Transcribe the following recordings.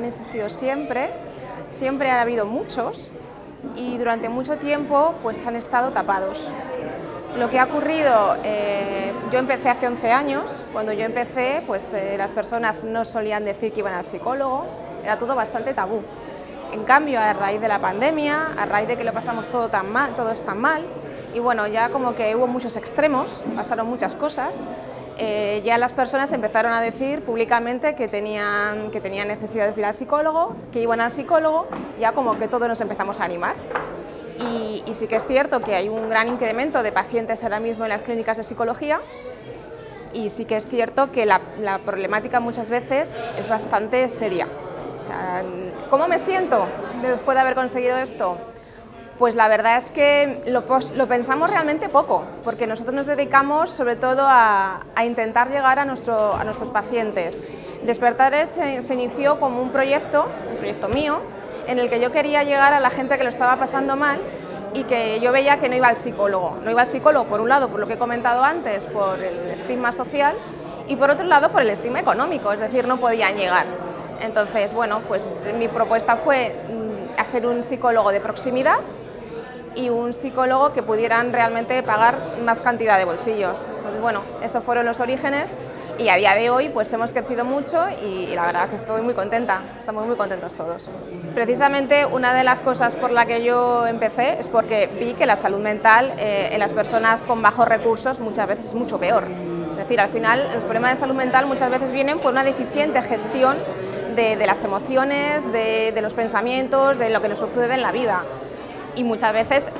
existido siempre, siempre ha habido muchos y durante mucho tiempo pues han estado tapados. Lo que ha ocurrido, yo empecé hace 11 años, cuando yo empecé pues las personas no solían decir que iban al psicólogo, era todo bastante tabú. En cambio, a raíz de la pandemia, a raíz de que lo pasamos todo tan mal, todos tan mal, y bueno, ya como que hubo muchos extremos, pasaron muchas cosas, ya las personas empezaron a decir públicamente que tenían necesidades de ir al psicólogo, que iban al psicólogo, ya como que todos nos empezamos a animar. Y sí que es cierto que hay un gran incremento de pacientes ahora mismo en las clínicas de psicología, y sí que es cierto que la problemática muchas veces es bastante seria. O sea, ¿cómo me siento después de haber conseguido esto? Pues la verdad es que lo pensamos realmente poco, porque nosotros nos dedicamos sobre todo a intentar llegar a nuestros pacientes. Despertares se inició como un proyecto mío, en el que yo quería llegar a la gente que lo estaba pasando mal y que yo veía que no iba al psicólogo. No iba al psicólogo, por un lado, por lo que he comentado antes, por el estigma social, y por otro lado, por el estigma económico, es decir, no podían llegar. Entonces, bueno, pues mi propuesta fue hacer un psicólogo de proximidad y un psicólogo que pudieran realmente pagar más cantidad de bolsillos. Entonces, bueno, esos fueron los orígenes y a día de hoy pues hemos crecido mucho y la verdad que estoy muy contenta, estamos muy contentos todos. Precisamente una de las cosas por la que yo empecé es porque vi que la salud mental en las personas con bajos recursos muchas veces es mucho peor. Es decir, al final los problemas de salud mental muchas veces vienen por una deficiente gestión de las emociones, de los pensamientos, de lo que nos sucede en la vida. Y muchas veces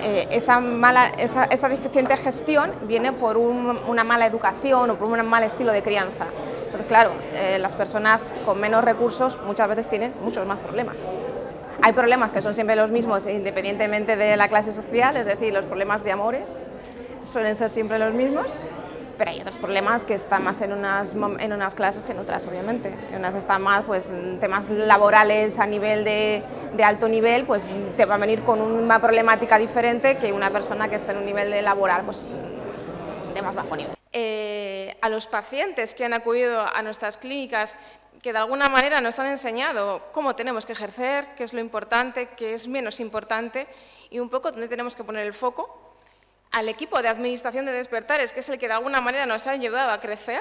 esa deficiente gestión viene por una mala educación o por un mal estilo de crianza. Entonces, claro, las personas con menos recursos muchas veces tienen muchos más problemas. Hay problemas que son siempre los mismos independientemente de la clase social, es decir, los problemas de amores suelen ser siempre los mismos, pero hay otros problemas que están más en unas clases que en otras, obviamente. En unas están más, pues, temas laborales a nivel de alto nivel, pues te va a venir con una problemática diferente que una persona que está en un nivel de laboral, pues, de más bajo nivel. A los pacientes que han acudido a nuestras clínicas, que de alguna manera nos han enseñado cómo tenemos que ejercer, qué es lo importante, qué es menos importante y un poco dónde tenemos que poner el foco. Al equipo de administración de Despertares, que es el que de alguna manera nos ha ayudado a crecer,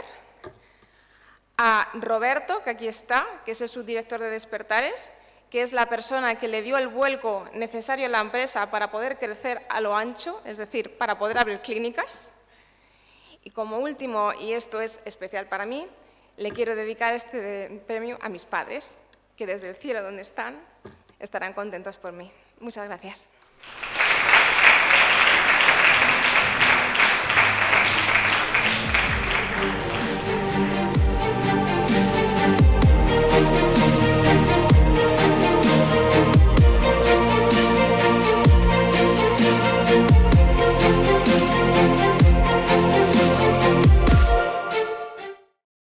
a Roberto, que aquí está, que es el subdirector de Despertares, que es la persona que le dio el vuelco necesario a la empresa para poder crecer a lo ancho, es decir, para poder abrir clínicas. Y como último, y esto es especial para mí, le quiero dedicar este premio a mis padres, que desde el cielo donde están estarán contentos por mí. Muchas gracias.